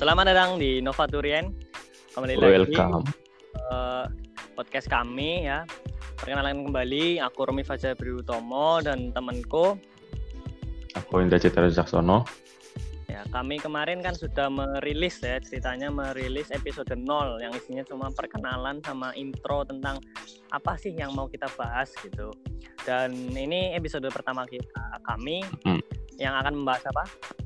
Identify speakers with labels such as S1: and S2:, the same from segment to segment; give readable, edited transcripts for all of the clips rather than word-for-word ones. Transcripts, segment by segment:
S1: Selamat datang di Novaturien. Kembali lagi
S2: Welcome.
S1: Podcast kami ya. Perkenalan kembali, aku Romi Fajar Priutomo dan temanku.
S2: Aku Indah Citra Jaksono.
S1: Ya, kami kemarin kan sudah merilis episode 0 yang isinya cuma perkenalan sama intro tentang apa sih yang mau kita bahas gitu. Dan ini episode pertama kami yang akan membahas apa?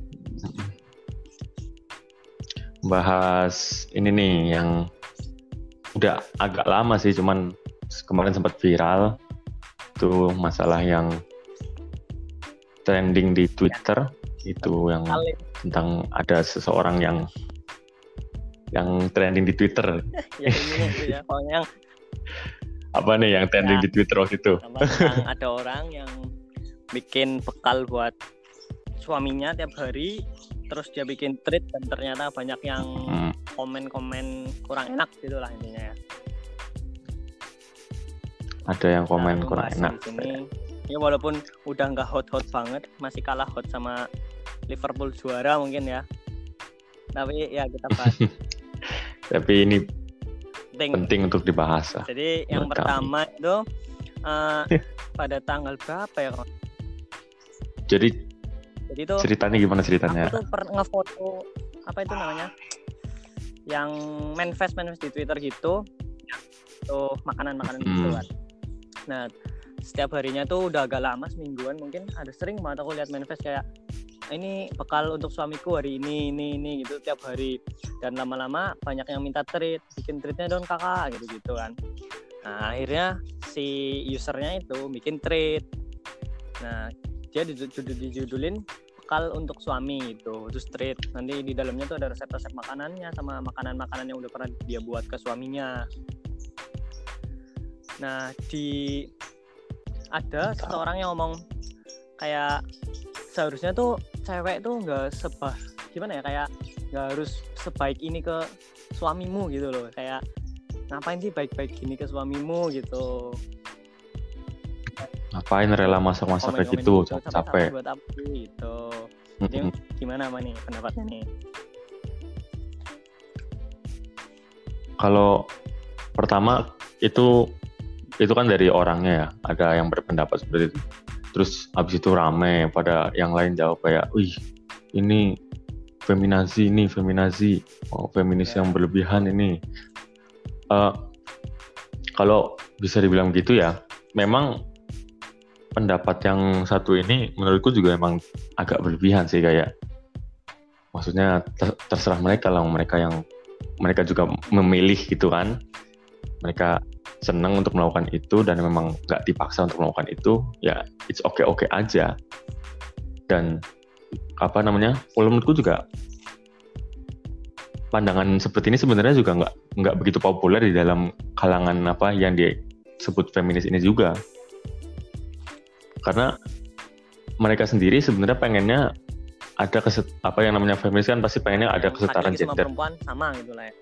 S2: Bahas ini nih yang udah agak lama sih, cuman kemarin sempat viral. Itu masalah yang trending di Twitter. Itu yang tentang ada seseorang yang trending di Twitter.
S1: Ya ini itu ya, pokoknya
S2: Apa nih yang trending di Twitter waktu itu?
S1: tentang ada orang yang bikin bekal buat suaminya tiap hari, terus dia bikin tweet dan ternyata banyak yang komen-komen kurang enak gitulah intinya ya.
S2: Ada yang komen kurang enak.
S1: Sini, ya walaupun udah nggak hot-hot banget, masih kalah hot sama Liverpool juara mungkin ya. Tapi ya kita bahas.
S2: Tapi ini penting untuk dibahas lah.
S1: Jadi yang pertama itu pada tanggal berapa ya?
S2: Jadi itu ceritanya gimana ceritanya?
S1: Aku tuh pernah ngefoto apa itu namanya? Yang manifest di Twitter gitu. Tuh makanan-makanan gitu kan. Nah, setiap harinya tuh udah agak lama, semingguan mungkin, ada sering banget aku lihat manifest kayak ini bekal untuk suamiku hari ini gitu tiap hari. Dan lama-lama banyak yang minta treat, bikin treatnya dong kakak gitu kan. Nah, akhirnya si usernya itu bikin treat. Nah, dia dijudulin bekal untuk suami gitu, terus treat. Nanti di dalamnya tuh ada resep-resep makanannya sama makanan-makanan yang udah pernah dia buat ke suaminya. Nah, ada seseorang yang ngomong kayak seharusnya tuh cewek tuh nggak kayak nggak harus sebaik ini ke suamimu gitu loh, kayak ngapain sih baik-baik gini ke suamimu gitu,
S2: ngapain rela masak-masak kayak gitu, capek
S1: buat apa gitu. Jadi gimana nih pendapatnya nih?
S2: Kalau pertama itu kan dari orangnya ya, ada yang berpendapat seperti itu. Terus habis itu rame, pada yang lain jawab kayak, wih ini feminazi, feminis yang berlebihan ini. Kalau bisa dibilang gitu ya, memang pendapat yang satu ini menurutku juga emang agak berlebihan sih, kayak maksudnya terserah mereka lah, mereka juga memilih gitu kan, mereka senang untuk melakukan itu dan memang nggak dipaksa untuk melakukan itu, ya it's okay aja. Dan kalau menurutku juga pandangan seperti ini sebenarnya juga nggak begitu populer di dalam kalangan yang disebut feminis ini juga, karena mereka sendiri sebenarnya pengennya ada yang namanya feminis kan pasti pengennya ada kesetaraan gender.
S1: Semua perempuan sama gitu lah ya.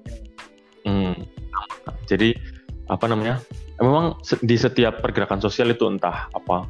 S2: Jadi memang di setiap pergerakan sosial itu entah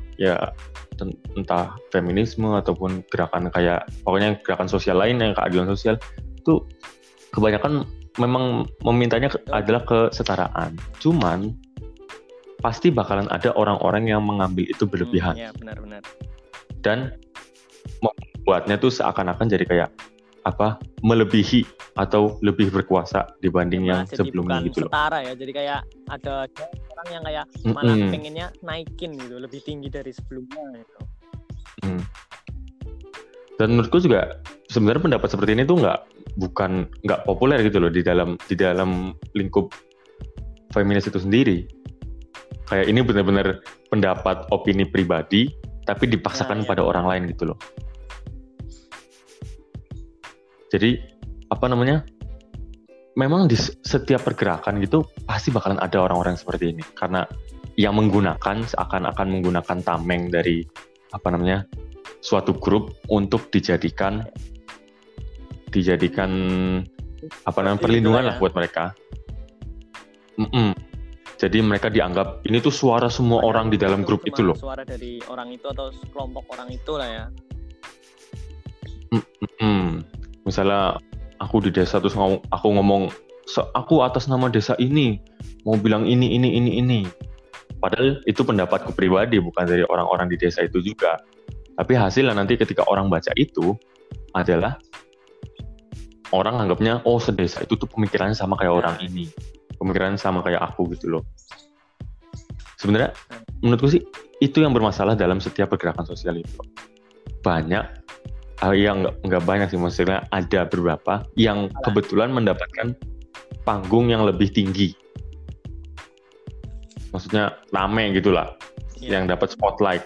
S2: feminisme ataupun gerakan kayak pokoknya gerakan sosial lain yang keadilan sosial itu kebanyakan memang memintanya adalah kesetaraan. Cuman pasti bakalan ada orang-orang yang mengambil itu berlebihan.
S1: Ya, benar-benar.
S2: Dan membuatnya tuh seakan-akan jadi kayak melebihi atau lebih berkuasa dibanding yang sebelumnya gitu loh.
S1: Setara ya, jadi kayak ada orang yang kayak malah pengennya naikin gitu, lebih tinggi dari sebelumnya gitu.
S2: Dan menurutku juga sebenarnya pendapat seperti ini tuh nggak populer gitu loh di dalam lingkup feminis itu sendiri. Kayak ini benar-benar pendapat opini pribadi tapi dipaksakan pada orang lain gitu loh. Jadi memang di setiap pergerakan gitu pasti bakalan ada orang-orang seperti ini, karena yang seakan-akan menggunakan tameng dari suatu grup untuk dijadikan perlindungan lah buat mereka. Jadi mereka dianggap ini tuh suara semua orang di dalam grup itu loh.
S1: Suara dari orang itu atau kelompok orang itu lah ya.
S2: Misalnya aku di desa terus aku ngomong aku atas nama desa ini mau bilang ini. Padahal itu pendapatku pribadi, bukan dari orang-orang di desa itu juga. Tapi hasilnya nanti ketika orang baca itu adalah orang anggapnya, oh sedesa itu tuh pemikirannya sama kayak orang ini. Pemikirannya sama kayak aku gitu loh. Sebenarnya menurutku sih itu yang bermasalah dalam setiap pergerakan sosial itu. Banyak, yang nggak banyak sih, maksudnya ada beberapa yang kebetulan mendapatkan panggung yang lebih tinggi. Maksudnya rame gitulah, yang dapat spotlight.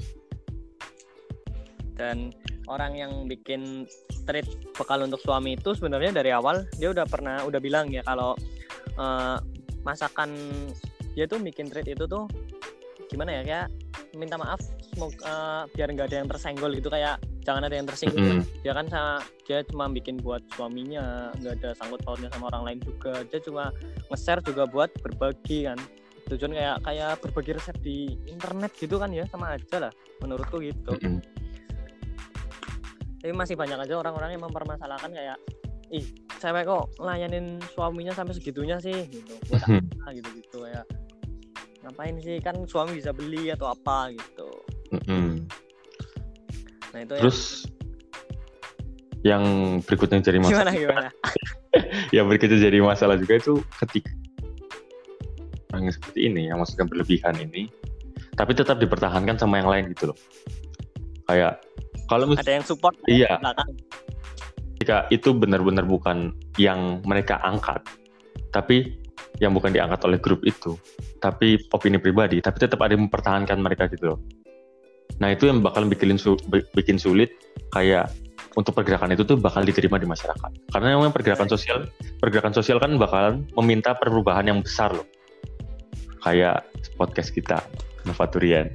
S1: Dan orang yang bikin treat bekal untuk suami itu sebenarnya dari awal dia udah bilang ya kalau masakan dia tuh bikin treat itu tuh gimana ya, kayak minta maaf biar nggak ada yang tersenggol gitu, kayak jangan ada yang tersinggung. Dia kan dia cuma bikin buat suaminya, nggak ada sangkut pautnya sama orang lain juga. Dia cuma nge-share juga buat berbagi kan, tujuan kayak berbagi resep di internet gitu kan ya, sama aja lah menurutku gitu. Tapi masih banyak aja orang-orang yang mempermasalahkan kayak, cewek kok ngelayanin suaminya sampai segitunya sih gitu, buat apa gitu kayak ngapain sih, kan suami bisa beli atau apa gitu. Nah itu
S2: terus yang berikutnya jadi masalah
S1: gimana?
S2: Yang berikutnya jadi masalah juga itu ketika orang yang seperti ini, yang maksudnya berlebihan ini, tapi tetap dipertahankan sama yang lain gitu loh. Kayak kalau
S1: ada yang support,
S2: iya, jika itu benar-benar bukan yang mereka angkat, tapi yang bukan diangkat oleh grup itu, tapi opini pribadi, tapi tetap ada yang mempertahankan mereka gitu loh. Nah itu yang bakal bikin sulit, kayak untuk pergerakan itu tuh bakal diterima di masyarakat. Karena memang pergerakan sosial kan bakalan meminta perubahan yang besar loh. Kayak podcast kita, Novaturian.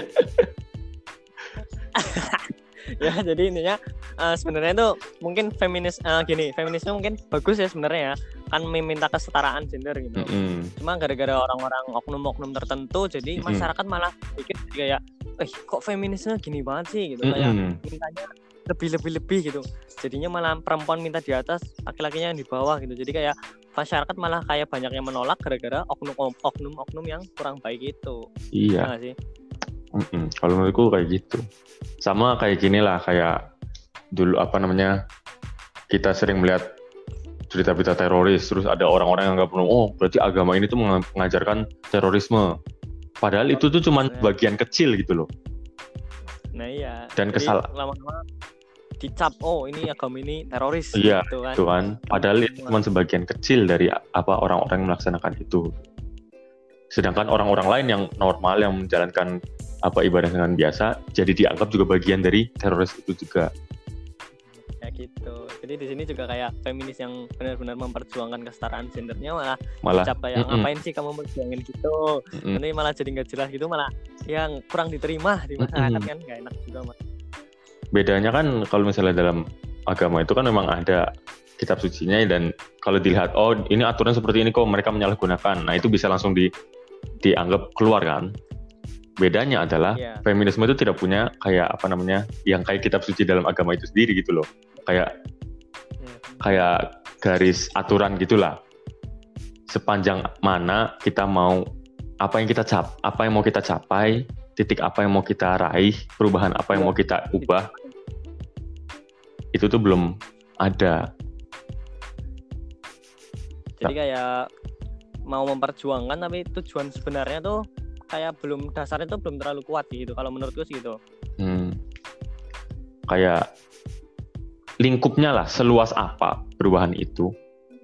S1: Ya jadi intinya sebenarnya itu mungkin feminisme mungkin bagus ya sebenarnya ya, kan meminta kesetaraan gender gitu. Cuma gara-gara orang-orang oknum-oknum tertentu jadi masyarakat malah pikir kayak kok feminisme gini banget sih gitu, kayak mintanya lebih gitu. Jadinya malah perempuan minta di atas, laki-lakinya yang di bawah gitu. Jadi kayak masyarakat malah kayak banyak yang menolak gara-gara oknum-oknum yang kurang baik itu.
S2: Iya.
S1: Nah, sih.
S2: Kalau menurutku kayak gitu. Sama kayak gini lah, kayak dulu kita sering melihat berita-berita teroris, terus ada orang-orang yang nggak perlu, berarti agama ini tuh mengajarkan terorisme. Padahal itu tuh cuma bagian kecil gitu loh.
S1: Nah iya.
S2: Dan
S1: lama-lama dicap, ini agama ini teroris.
S2: Iya,
S1: gitu kan.
S2: Itu kan. Padahal itu cuma sebagian kecil dari orang-orang yang melaksanakan itu. Sedangkan orang-orang lain yang normal, yang menjalankan ibadah dengan biasa, jadi dianggap juga bagian dari teroris itu juga.
S1: Ya gitu. Jadi di sini juga kayak feminis yang benar-benar memperjuangkan kesetaraan gendernya malah dicap kayak ngapain sih kamu memperjuangin gitu. Nanti malah jadi nggak jelas gitu, malah yang kurang diterima di masyarakat kan, nggak enak juga mas.
S2: Bedanya kan kalau misalnya dalam agama itu kan memang ada kitab sucinya, dan kalau dilihat ini aturan seperti ini kok mereka menyalahgunakan, nah itu bisa langsung dianggap keluar kan. Bedanya adalah feminisme itu tidak punya kayak yang kayak kitab suci dalam agama itu sendiri gitu loh, kayak garis aturan gitulah, sepanjang mana kita mau apa yang mau kita capai, titik apa yang mau kita raih, perubahan apa yang mau kita ubah, itu tuh belum ada.
S1: Jadi kayak mau memperjuangkan tapi tujuan sebenarnya tuh kayak dasarnya tuh belum terlalu kuat gitu kalau menurutku sih gitu.
S2: Kayak lingkupnya lah, seluas apa perubahan itu.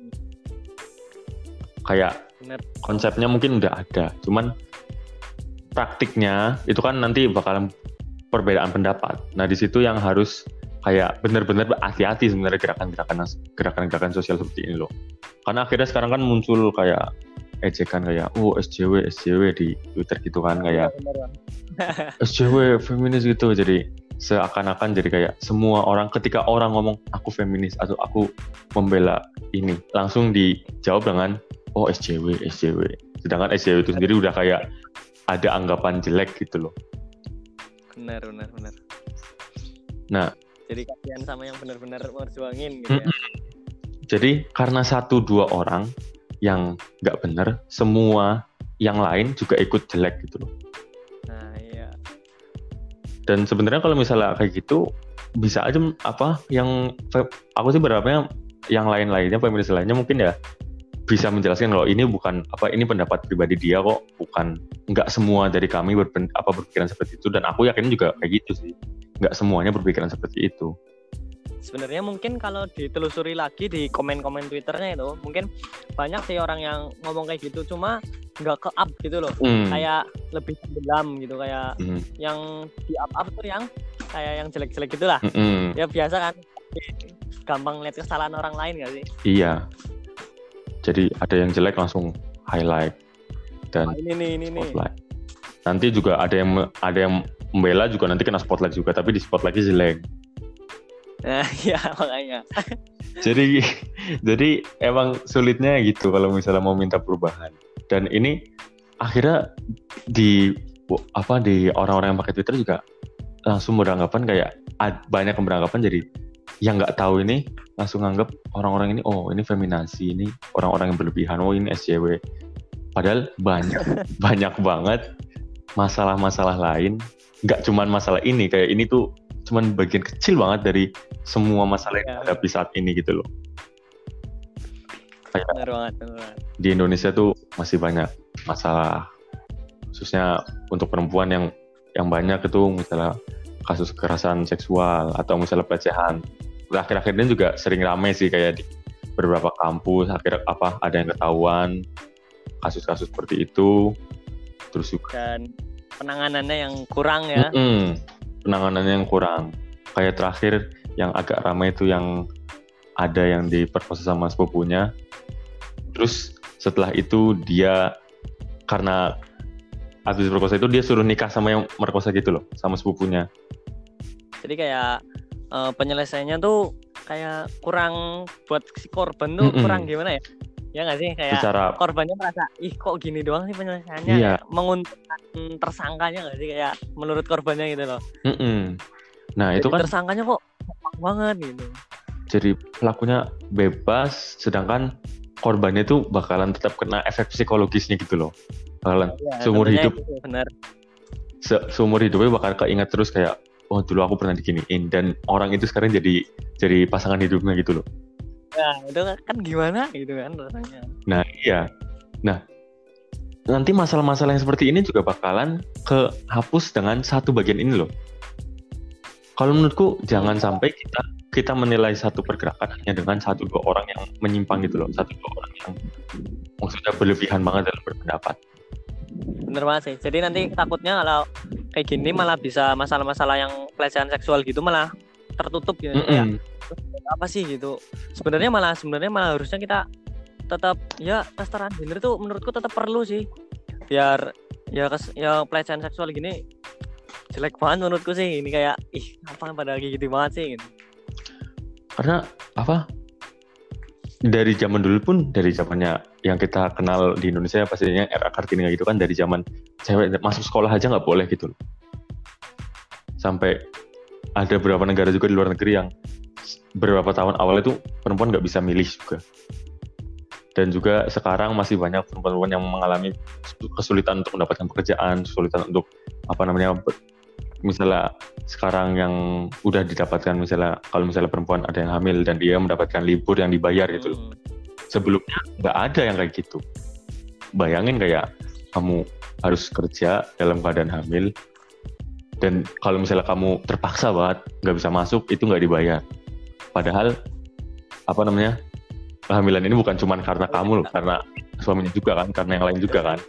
S2: Kayak konsepnya mungkin udah ada, cuman praktiknya itu kan nanti bakalan perbedaan pendapat. Nah di situ yang harus kayak benar-benar hati-hati sebenarnya gerakan-gerakan sosial seperti ini loh. Karena akhirnya sekarang kan muncul kayak ejekan kayak SJW di Twitter gitu kan, kayak SJW feminis gitu. Jadi seakan-akan jadi kayak semua orang, ketika orang ngomong aku feminis atau aku membela ini, langsung dijawab dengan SJW. Sedangkan SJW itu sendiri udah kayak ada anggapan jelek gitu loh.
S1: Benar.
S2: Nah,
S1: jadi kasihan sama yang benar-benar merjuangin gitu ya.
S2: Jadi karena 1-2 orang yang nggak bener, semua yang lain juga ikut jelek gitu loh.
S1: Nah, iya.
S2: Dan sebenarnya kalau misalnya kayak gitu bisa aja yang aku sih berharapnya yang lain-lainnya, feminis lainnya mungkin ya bisa menjelaskan kalau ini bukan ini pendapat pribadi dia kok, bukan nggak semua dari kami berpikiran seperti itu, dan aku yakin juga kayak gitu sih, nggak semuanya berpikiran seperti itu.
S1: Sebenarnya mungkin kalau ditelusuri lagi di komen-komen Twitternya itu mungkin banyak sih orang yang ngomong kayak gitu, cuma nggak ke up gitu loh, kayak lebih tenggelam gitu, kayak yang di up tuh yang kayak yang jelek-jelek gitulah. Ya biasa kan, gampang lihat kesalahan orang lain nggak sih?
S2: Iya. Jadi ada yang jelek langsung highlight dan
S1: ini
S2: spotlight. Nanti juga ada yang membela juga, nanti kena spotlight juga, tapi di spotlightnya jelek.
S1: Nah, ya makanya.
S2: Jadi emang sulitnya gitu kalau misalnya mau minta perubahan. Dan ini akhirnya di orang-orang yang pakai Twitter juga langsung beranggapan kayak banyak yang beranggapan, jadi yang nggak tahu ini langsung nganggap orang-orang ini ini feminazi, ini orang-orang yang berlebihan, ini SJW. Padahal banyak banget masalah-masalah lain, nggak cuman masalah ini, kayak ini tuh cuman bagian kecil banget dari semua masalah yang dihadapi saat ini gitu loh.
S1: Benar banget.
S2: Di Indonesia tuh masih banyak masalah, khususnya untuk perempuan yang banyak itu misalnya kasus kekerasan seksual atau misalnya pelecehan. Akhir-akhir ini juga sering rame sih, kayak di beberapa kampus ada yang ketahuan kasus-kasus seperti itu. Terus juga
S1: dan penanganannya yang kurang ya.
S2: Penanganannya yang kurang. Kayak terakhir yang agak ramai itu yang ada yang diperkosa sama sepupunya. Terus setelah itu dia karena habis diperkosa itu dia suruh nikah sama yang merkosa gitu loh, sama sepupunya. Jadi
S1: kayak penyelesaiannya tuh kayak kurang buat si korban tuh kurang gimana ya? Ya nggak sih, kayak secara korbannya merasa kok gini doang sih penyelesaiannya,
S2: iya.
S1: Menguntungkan tersangkanya nggak sih, kayak menurut korbannya gitu loh.
S2: Nah jadi itu kan
S1: tersangkanya kok gampang banget gitu.
S2: Jadi pelakunya bebas, sedangkan korbannya tuh bakalan tetap kena efek psikologisnya gitu loh. Bakalan seumur hidup.
S1: Benar.
S2: Seumur hidupnya bakal keinget terus kayak, dulu aku pernah diginiin, dan orang itu sekarang jadi pasangan hidupnya gitu loh.
S1: Ya itu kan gimana gitu kan rasanya.
S2: Nah iya. Nah nanti masalah-masalah yang seperti ini juga bakalan kehapus dengan satu bagian ini loh. Kalau menurutku jangan sampai kita menilai satu pergerakan hanya dengan 1-2 orang yang menyimpang gitu loh, 1-2 orang yang maksudnya berlebihan banget dalam berpendapat.
S1: Bener banget sih. Jadi nanti takutnya kalau kayak gini malah bisa masalah-masalah yang pelecehan seksual gitu malah tertutup gitu. Kayak apa sih gitu. Sebenarnya malah harusnya kita tetap ya kesetaraan gender tuh menurutku tetap perlu sih. Biar ya pelecehan seksual gini jelek banget menurutku sih. Ini kayak apa pada gitu banget sih gitu.
S2: Karena dari zaman dulu pun, dari zamannya yang kita kenal di Indonesia pastinya era Kartini gitu kan, dari zaman cewek masuk sekolah aja nggak boleh gitu loh. Sampai ada beberapa negara juga di luar negeri yang beberapa tahun awal itu perempuan nggak bisa milih juga. Dan juga sekarang masih banyak perempuan yang mengalami kesulitan untuk mendapatkan pekerjaan, kesulitan untuk misalnya sekarang yang udah didapatkan, misalnya kalau misalnya perempuan ada yang hamil dan dia mendapatkan libur yang dibayar gitu loh. Sebelumnya nggak ada yang kayak gitu. Bayangin kayak kamu harus kerja dalam keadaan hamil, dan kalau misalnya kamu terpaksa banget nggak bisa masuk, itu nggak dibayar. Padahal kehamilan ini bukan cuma karena kamu loh, karena suaminya juga kan, karena yang lain juga kan.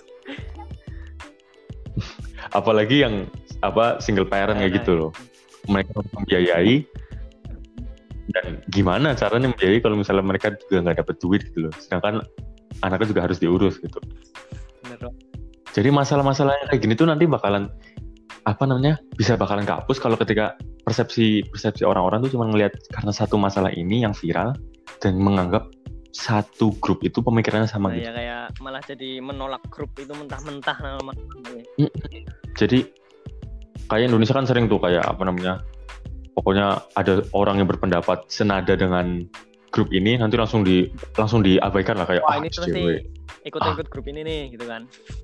S2: Apalagi yang single parent kayak gitu loh, mereka membiayai, dan gimana caranya membiayai kalau misalnya mereka juga nggak dapat duit gitu loh, sedangkan anaknya juga harus diurus gitu.
S1: Bener.
S2: Jadi masalah-masalah yang kayak gini tuh nanti bakalan bakalan kehapus kalau ketika persepsi orang-orang tuh cuma ngelihat karena satu masalah ini yang viral dan menganggap satu grup itu pemikirannya sama gitu.
S1: Ya kayak malah jadi menolak grup itu mentah-mentah namanya.
S2: Jadi kayak Indonesia kan sering tuh kayak pokoknya ada orang yang berpendapat senada dengan grup ini nanti langsung diabaikan lah kayak
S1: wah ini pasti ikut grup ini nih gitu kan.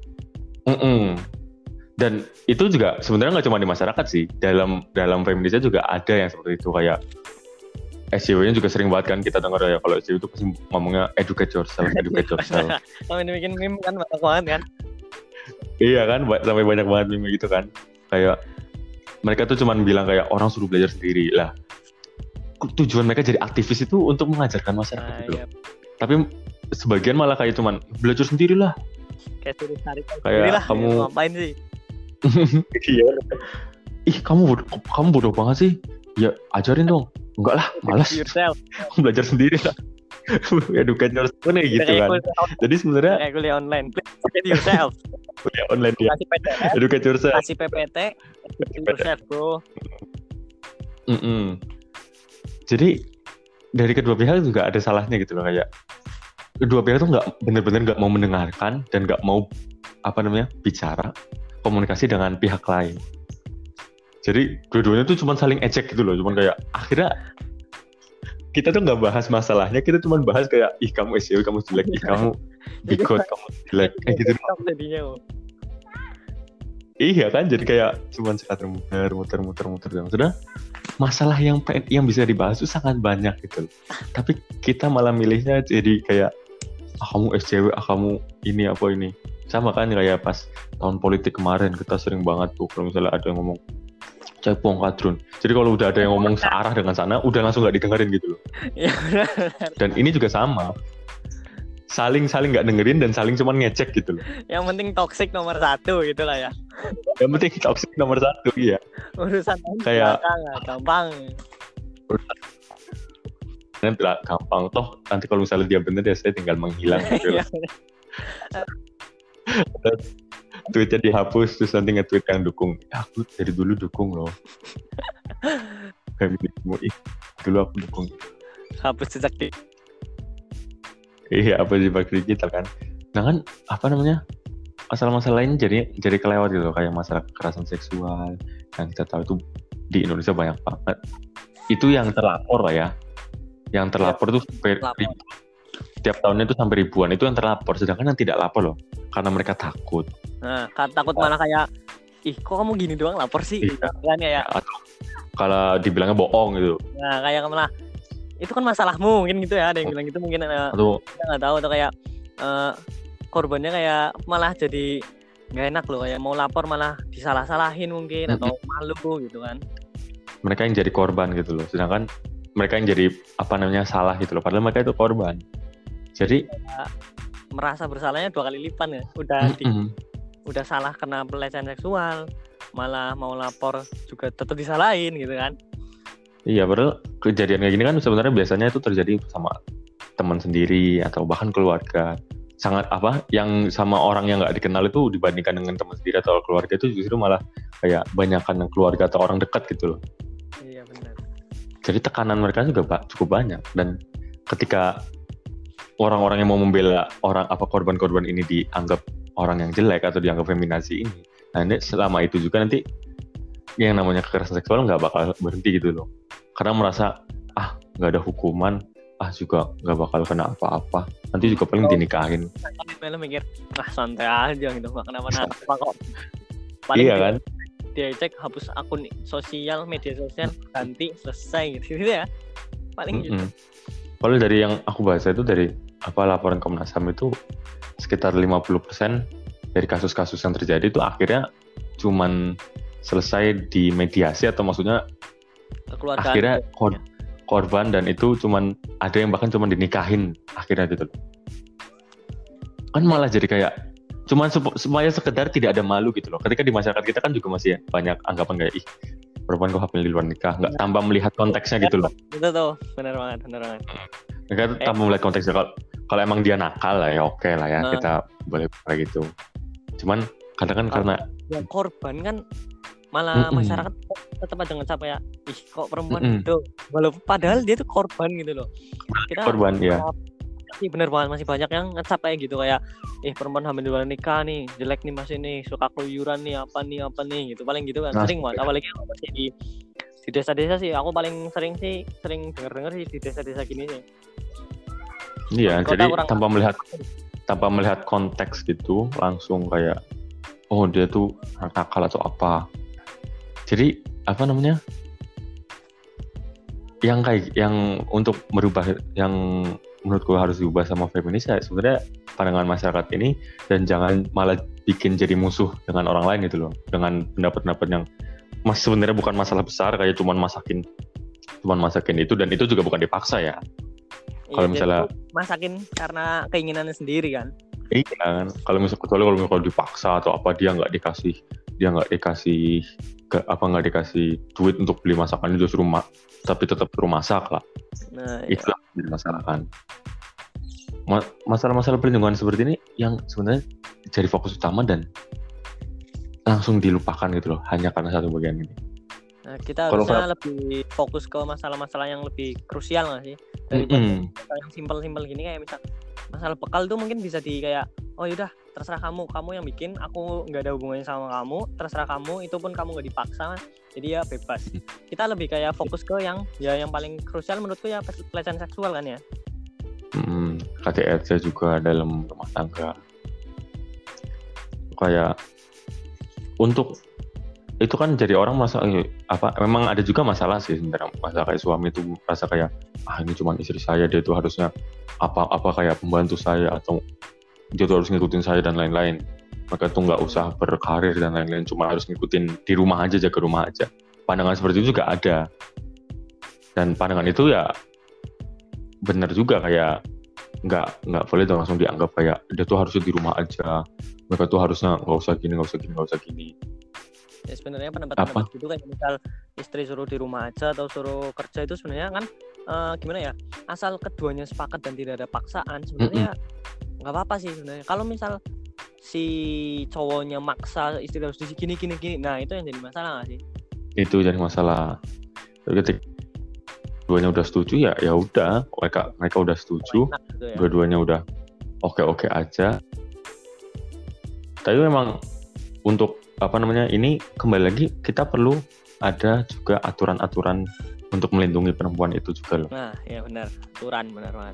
S2: Dan itu juga sebenarnya nggak cuma di masyarakat sih, dalam feminisnya juga ada yang seperti itu, kayak SJW-nya juga sering banget kan kita dengar ya, kalau SJW itu pasti ngomongnya educate yourself.
S1: Sampai bikin meme kan banyak banget kan.
S2: Iya kan, sampai banyak banget meme gitu kan. Kayak mereka tuh cuman bilang kayak orang suruh belajar sendiri lah. Tujuan mereka jadi aktivis itu untuk mengajarkan masyarakat gitu. Iya. Tapi sebagian malah kayak cuman belajar sendirilah.
S1: Kayak suruh cari
S2: kayak kamu
S1: ya, ngapain sih?
S2: Iya. Ih, kamu bodoh banget sih. Ya ajarin dong. Enggak lah, malas. Belajar sendiri lah. Educate yourself nih gitu kan. Jadi sebenarnya
S1: kayak kuliah online. Educate yourself.
S2: Kuliah online ya.
S1: Kasih PTS.
S2: Educate yourself.
S1: Kasih PPT. Educate yourself, bro.
S2: Jadi dari kedua pihak juga ada salahnya gitu loh, kayak kedua pihak tuh benar-benar nggak mau mendengarkan dan nggak mau bicara komunikasi dengan pihak lain. Jadi dua-duanya tuh cuma saling ejek gitu loh, cuman kayak akhirnya kita tuh nggak bahas masalahnya, kita cuma bahas kayak ih kamu SEO, kamu jelek, ih kamu bigot, kamu jelek, kayak gitu. Iya kan, jadi kayak cuma sekadar muter. Sudah masalah yang bisa dibahas itu sangat banyak gitu. Tapi kita malah milihnya jadi kayak kamu SCW, kamu ini apa ini. Sama kan kayak pas tahun politik kemarin kita sering banget tuh kalau misalnya ada yang ngomong cepong kadrun. Jadi kalau udah ada yang ngomong searah dengan sana, udah langsung nggak didengerin gitu loh.
S1: Iya benar.
S2: Dan ini juga sama. Saling nggak dengerin dan saling cuman ngecek gitu loh.
S1: Yang penting toxic nomor 1 gitu lah ya.
S2: Yang penting toxic nomor 1, iya.
S1: Urusan
S2: kayak
S1: gampang.
S2: Nanti lah gampang, toh nanti kalau misalnya dia bener ya saya tinggal menghilang gitu. Tweetnya dihapus terus nanti nge-tweet yang dukung. Ya, aku dari dulu dukung loh. Feminisme dulu aku dukung.
S1: Hapus jejak di.
S2: Iya, apa jejak digital kan. Nah kan masalah-masalah lain jadi kelewat gitu, kayak masalah kekerasan seksual yang kita tahu itu di Indonesia banyak banget. Itu yang terlapor lah ya. Yang terlapor tuh sampai tiap tahunnya tuh sampai ribuan, itu yang terlapor. Sedangkan yang tidak lapor loh, karena mereka takut.
S1: Nah, takut malah kayak ih kok kamu gini doang lapor sih gitu kan ya.
S2: Atau kalau dibilangnya bohong gitu.
S1: Nah, kayak malah itu kan masalahmu mungkin gitu ya, ada yang bilang gitu mungkin
S2: atau
S1: kita nggak tahu, atau kayak korbannya kayak malah jadi nggak enak loh, kayak mau lapor malah disalah-salahin mungkin atau malu gitu kan.
S2: Mereka yang jadi korban gitu loh, sedangkan mereka yang jadi salah gitu loh, padahal mereka itu korban. Jadi
S1: merasa bersalahnya 2 kali lipat ya. Udah salah kena pelecehan seksual, malah mau lapor juga tetap disalahin gitu kan.
S2: Iya, padahal kejadian kayak gini kan sebenarnya biasanya itu terjadi sama teman sendiri atau bahkan keluarga. Sangat yang sama orang yang nggak dikenal itu dibandingkan dengan teman sendiri atau keluarga itu justru malah kayak banyakan keluarga atau orang dekat gitu loh.
S1: Iya benar.
S2: Jadi tekanan mereka juga cukup banyak, dan ketika orang-orang yang mau membela korban-korban ini dianggap orang yang jelek atau dianggap feminasi ini, nah ini selama itu juga nanti yang namanya kekerasan seksual nggak bakal berhenti gitu loh, karena merasa nggak ada hukuman, juga nggak bakal kena apa-apa, nanti juga paling dinikahin.
S1: Malah mikir santai aja gitu, nggak kenapa-napa kok.
S2: Iya kan,
S1: dia cek hapus akun media sosial, ganti selesai gitu ya paling gitu.
S2: Kalau dari yang aku baca itu dari laporan Komnas HAM itu sekitar 50% dari kasus-kasus yang terjadi itu akhirnya cuman selesai di mediasi, atau maksudnya keluarga akhirnya korban, dan itu cuman ada yang bahkan cuman dinikahin akhirnya gitu. Kan malah jadi kayak cuman semuanya sekedar tidak ada malu gitu loh. Ketika di masyarakat kita kan juga masih banyak anggapan kayak perempuan kok hamil di luar nikah, nggak tanpa melihat konteksnya gitu loh.
S1: Itu tuh benar banget.
S2: Mereka tanpa melihat konteksnya, kalau emang dia nakal lah ya oke lah ya, kita boleh kayak gitu. Cuman kadang kan karena
S1: yang korban kan malah masyarakat tetap ada ngecap ya, kok perempuan gitu, walaupun padahal dia tuh korban gitu loh. Kita
S2: korban ya.
S1: Sih bener banget, masih banyak yang ngecap kayak gitu, kayak perempuan hamil di luar nikah nih, jelek nih masih nih, suka keluyuran nih, apa nih gitu, paling gitu kan. Sering banget, apalagi yang masih di Di desa-desa sih aku paling sering dengar sih di desa-desa gini sih.
S2: Iya, jadi tanpa melihat konteks gitu langsung kayak oh dia tuh nakal atau apa. Jadi apa namanya? Yang untuk merubah yang menurutku harus diubah sama feminis ya sebenarnya pandangan masyarakat ini, dan jangan malah bikin jadi musuh dengan orang lain gitu loh, dengan pendapat-pendapat yang sebenarnya bukan masalah besar kayak cuman masakin itu, dan itu juga bukan dipaksa ya. Kalau misalnya
S1: masakin karena keinginannya sendiri kan.
S2: Iya kan. Kalau misalnya dipaksa atau apa, dia nggak dikasih duit untuk beli masakan, justru tapi tetap suruh masak lah.
S1: Nah,
S2: itulah yang dimasalahkan. Masalah-masalah perlindungan seperti ini yang sebenarnya jadi fokus utama dan langsung dilupakan gitu loh, hanya karena satu bagian ini.
S1: Nah, kita harusnya lebih fokus ke masalah-masalah yang lebih krusial nggak sih? Daripada masalah yang simpel-simpel gini, kayak misal masalah bekal tuh mungkin bisa di kayak, oh yaudah terserah kamu yang bikin, aku nggak ada hubungannya sama kamu, terserah kamu, itu pun kamu nggak dipaksa, jadi ya bebas. Kita lebih kayak fokus ke yang paling krusial menurutku ya pelecehan seksual kan ya.
S2: KDRT juga dalam rumah tangga. Kayak untuk itu kan jadi orang merasa memang ada juga masalah sih sebenarnya, masalah kayak suami itu merasa kayak ini cuma istri saya, dia itu harusnya apa kayak pembantu saya, atau dia tuh harus ngikutin saya dan lain-lain. Maka tuh nggak usah berkarir dan lain-lain, cuma harus ngikutin di rumah aja, jaga rumah aja. Pandangan seperti itu juga ada, dan pandangan itu ya benar juga, kayak nggak boleh tuh langsung dianggap kayak dia tuh harusnya di rumah aja, mereka tuh harusnya nggak usah gini.
S1: Ya sebenarnya pendapat gitu kayak misal istri suruh di rumah aja atau suruh kerja itu sebenarnya kan gimana ya, asal keduanya sepakat dan tidak ada paksaan sebenarnya nggak apa-apa sih sebenarnya. Kalau misal si cowoknya maksa istri harus di gini, nah itu yang jadi masalah nggak sih?
S2: Itu jadi masalah. Ketika keduanya udah setuju ya udah, mereka udah setuju, gitu ya. Dua-duanya udah oke aja. Tapi memang untuk ini kembali lagi kita perlu ada juga aturan-aturan untuk melindungi perempuan itu juga loh.
S1: Nah, ya benar banget.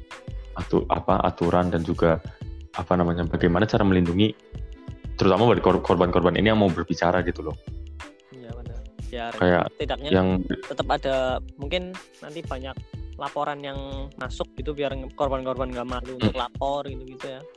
S2: Aturan dan juga bagaimana cara melindungi terutama bagi korban-korban ini yang mau berbicara gitu loh.
S1: Iya benar. Ya
S2: kayak
S1: setidaknya yang tetap ada, mungkin nanti banyak laporan yang masuk gitu biar korban-korban nggak malu untuk lapor gitu ya.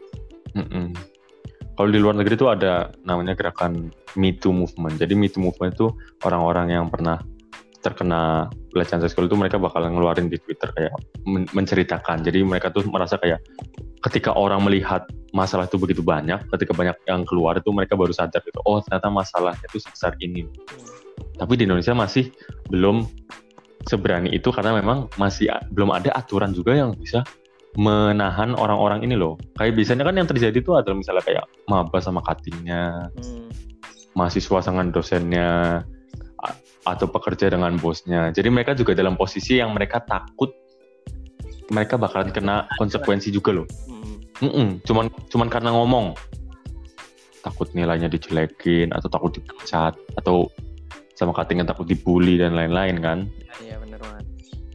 S2: Kalau di luar negeri itu ada namanya gerakan Me Too Movement. Jadi Me Too Movement itu orang-orang yang pernah terkena pelecehan seksual itu mereka bakal ngeluarin di Twitter kayak menceritakan. Jadi mereka tuh merasa kayak ketika orang melihat masalah itu begitu banyak, ketika banyak yang keluar itu mereka baru sadar gitu, oh ternyata masalahnya itu sebesar ini. Tapi di Indonesia masih belum seberani itu karena memang masih belum ada aturan juga yang bisa menahan orang-orang ini loh. Kayak biasanya kan yang terjadi itu adalah misalnya kayak maba sama cuttingnya, mahasiswa dengan dosennya, atau pekerja dengan bosnya. Jadi mereka juga dalam posisi yang mereka takut mereka bakalan kena konsekuensi juga loh. Cuman karena ngomong, takut nilainya dijelekin, atau takut dipecat, atau sama cuttingnya takut dibully dan lain-lain kan.
S1: Iya benar banget.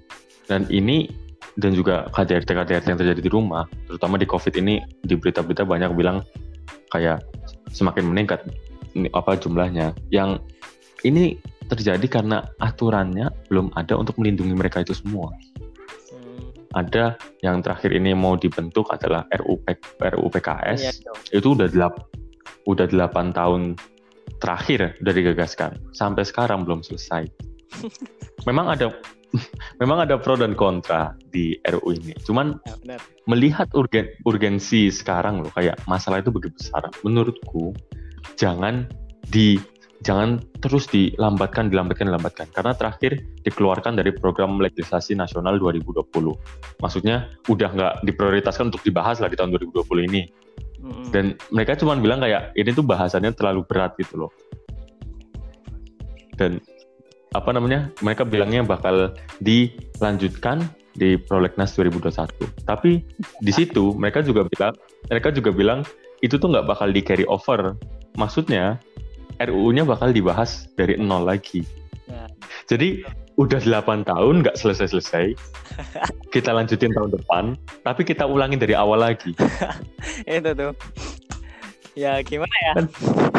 S2: Dan juga KDRT yang terjadi di rumah, terutama di COVID ini, di berita-berita banyak bilang kayak semakin meningkat jumlahnya. Yang ini terjadi karena aturannya belum ada untuk melindungi mereka itu semua. Ada yang terakhir ini mau dibentuk adalah RUU PKS. Itu udah 8 tahun terakhir udah digagaskan, sampai sekarang belum selesai. Memang ada pro dan kontra di RUU ini. Cuman melihat urgensi sekarang loh, kayak masalah itu begitu besar. Menurutku jangan terus dilambatkan. Karena terakhir dikeluarkan dari program legislasi nasional 2020. Maksudnya udah nggak diprioritaskan untuk dibahas lah di tahun 2020 ini. Dan mereka cuma bilang kayak ini tuh bahasannya terlalu berat gitu loh. Dan mereka bilangnya bakal dilanjutkan di Prolegnas 2021. Tapi di situ mereka juga bilang itu tuh nggak bakal di carry over. Maksudnya RUU-nya bakal dibahas dari nol lagi.
S1: Nah,
S2: Jadi udah 8 tahun nggak selesai-selesai. Kita lanjutin tahun depan, tapi kita ulangin dari awal lagi.
S1: itu tuh. Ya gimana ya?
S2: Kan.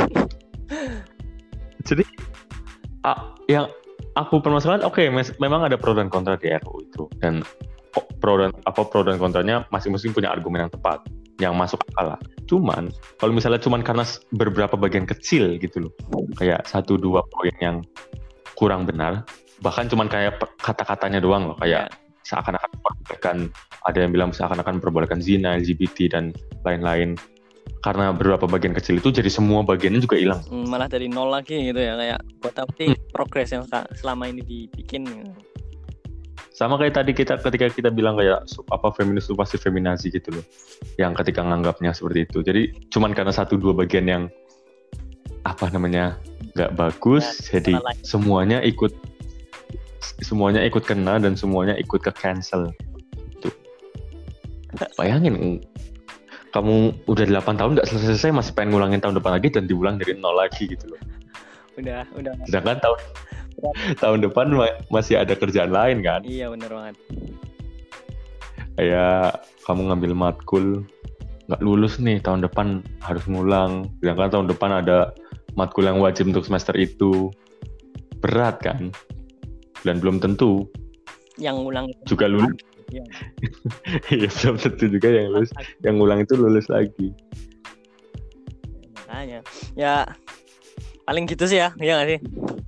S2: Jadi yang aku permasalahan, memang ada pro dan kontra di RUU itu, dan pro dan kontranya masing-masing punya argumen yang tepat, yang masuk akal lah. Cuman kalau misalnya karena beberapa bagian kecil gitu loh, kayak 1-2 poin yang kurang benar, bahkan cuman kayak kata-katanya doang loh, kayak seakan-akan memperbolehkan, ada yang bilang seakan-akan memperbolehkan zina, LGBT dan lain-lain. Karena beberapa bagian kecil itu jadi semua bagiannya juga hilang.
S1: Malah dari nol lagi gitu ya, kayak buat apa sih progres yang selama ini dibikin gitu.
S2: Sama kayak tadi ketika kita bilang kayak feminis itu pasti feminazi gitu loh, yang ketika nganggapnya seperti itu. Jadi cuman karena 1-2 bagian yang nggak bagus, ya, jadi semuanya ikut kena dan semuanya ikut ke cancel. Tuh. Bayangin, kamu udah 8 tahun nggak selesai masih pengen ngulangin tahun depan lagi dan diulang dari nol lagi gitu loh.
S1: Udah.
S2: Sedangkan tahun depan masih ada kerjaan lain kan?
S1: Iya benar banget.
S2: Kayak kamu ngambil matkul nggak lulus nih, tahun depan harus ngulang. Sedangkan tahun depan ada matkul yang wajib untuk semester itu, berat kan? Dan belum tentu
S1: yang ngulang
S2: juga lulus.
S1: Iya.
S2: Iya, belum tentu juga yang ngulang itu lulus lagi.
S1: Makanya ya paling gitu sih ya nggak sih?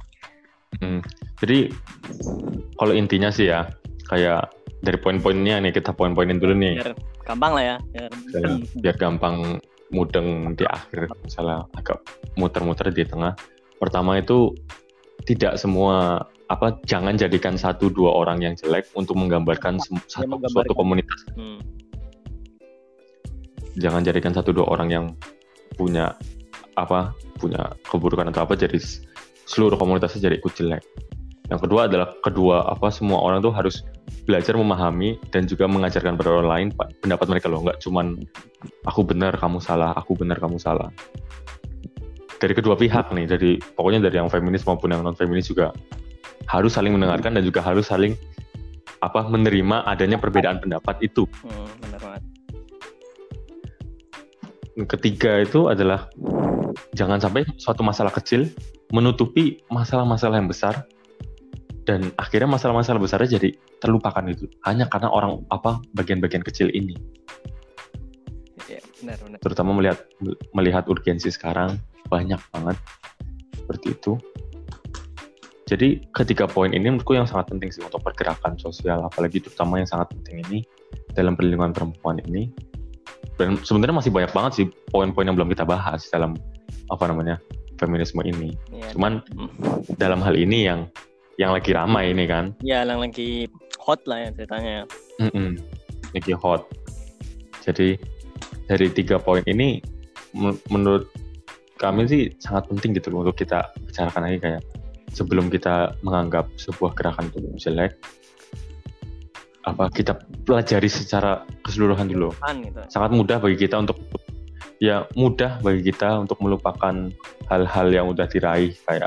S2: Jadi kalau intinya sih ya, kayak dari poin-poinnya nih, kita poin-poinin dulu nih.
S1: Biar gampang lah ya.
S2: Biar gampang mudeng di akhir, misalnya agak muter-muter di tengah. Pertama itu, tidak semua jangan jadikan 1-2 orang yang jelek untuk menggambarkan suatu komunitas. Jangan jadikan 1-2 orang yang punya keburukan atau jadi seluruh komunitasnya jadi ikut jelek. Yang kedua adalah semua orang tuh harus belajar memahami dan juga mengajarkan pada orang lain pendapat mereka loh, nggak cuman aku benar kamu salah, aku benar kamu salah. Dari kedua pihak nih, pokoknya dari yang feminis maupun yang non feminis juga harus saling mendengarkan dan juga harus saling menerima adanya perbedaan pendapat itu.
S1: Benar banget.
S2: Ketiga itu adalah jangan sampai suatu masalah kecil menutupi masalah-masalah yang besar, dan akhirnya masalah-masalah besarnya jadi terlupakan itu hanya karena bagian-bagian kecil ini.
S1: Ya, benar.
S2: Terutama melihat urgensi sekarang banyak banget seperti itu. Jadi ketiga poin ini menurutku yang sangat penting sih untuk pergerakan sosial, apalagi terutama yang sangat penting ini dalam perlindungan perempuan ini. Dan sebenarnya masih banyak banget sih poin-poin yang belum kita bahas dalam feminisme ini. Ya. Cuman dalam hal ini yang lagi ramai ini kan.
S1: Ya, yang lagi hot lah ya ceritanya.
S2: Lagi hot. Jadi dari 3 poin ini menurut kami sih sangat penting gitu loh untuk kita bicarakan lagi, kayak sebelum kita menganggap sebuah gerakan itu jelek, kita pelajari secara keseluruhan dulu. Gitu. Sangat mudah bagi kita untuk melupakan hal-hal yang udah diraih, kayak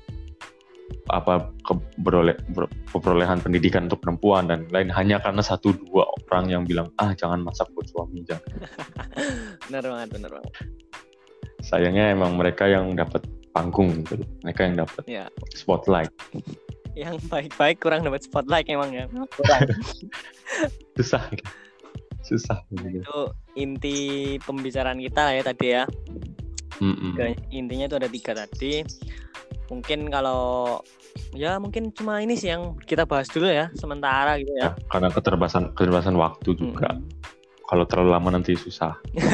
S2: perolehan pendidikan untuk perempuan dan lain, hanya karena 1-2 orang yang bilang jangan masak buat suami, jangan.
S1: Benar banget.
S2: Sayangnya emang mereka yang dapat panggung gitu, mereka yang dapat spotlight.
S1: Yang baik-baik kurang dapat spotlight emang ya. Kurang.
S2: Susah gitu.
S1: Itu inti pembicaraan kita lah ya tadi ya. Intinya itu ada 3 tadi. Mungkin mungkin cuma ini sih yang kita bahas dulu ya sementara gitu ya.
S2: Karena keterbatasan waktu juga. Kalau terlalu lama nanti susah.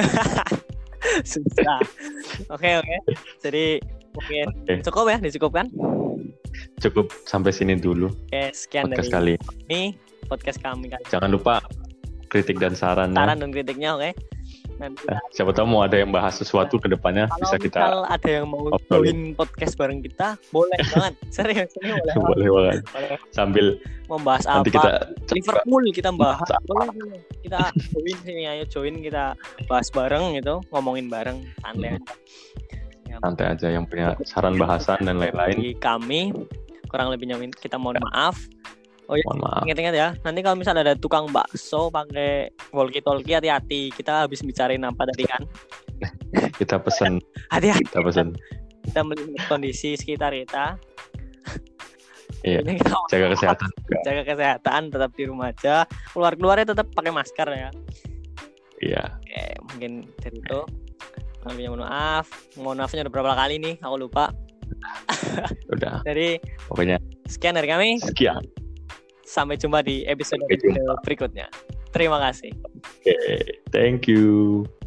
S1: Susah. Oke. Jadi mungkin cukup ya, dicukupkan.
S2: Cukup sampai sini dulu.
S1: Oke, sekian
S2: podcast
S1: dari
S2: kali
S1: ini podcast kami kali.
S2: Jangan lupa kritik dan saran
S1: dan kritiknya, oke. Nanti
S2: siapa tahu mau ada yang bahas sesuatu ke depannya, bisa kita.
S1: Kalau ada yang mau join podcast bareng kita, boleh banget. Serius, ini
S2: boleh banget. Sambil
S1: membahas
S2: nanti
S1: Liverpool kita bahas. Boleh. Kita join sini, ayo join, kita bahas bareng gitu, ngomongin bareng, santai.
S2: Santai aja, yang punya saran bahasan dan lain-lain.
S1: Kami kurang lebihnya kita mohon maaf. Oh iya,
S2: Mohon maaf.
S1: ingat-ingat ya. Nanti kalau misalnya ada tukang bakso pakai walkie-talkie, hati-hati. Kita habis bicarain apa tadi kan?
S2: Kita pesen.
S1: Hati-hati.
S2: Kita pesen.
S1: Kita melihat kondisi sekitar kita.
S2: Iya.
S1: Ini kita
S2: Jaga kesehatan juga.
S1: jaga kesehatan, tetap di rumah aja. Keluar-keluarnya tetap pakai masker ya.
S2: Iya.
S1: Oke, mungkin dari itu. Mohon maaf. Mohon maafnya udah berapa kali nih? Aku lupa.
S2: Udah.
S1: Jadi
S2: Pokoknya
S1: sekian dari kami.
S2: sekian.
S1: Sampai jumpa di episode
S2: Sampai jumpa.
S1: berikutnya. Terima kasih.
S2: Oke. Thank you.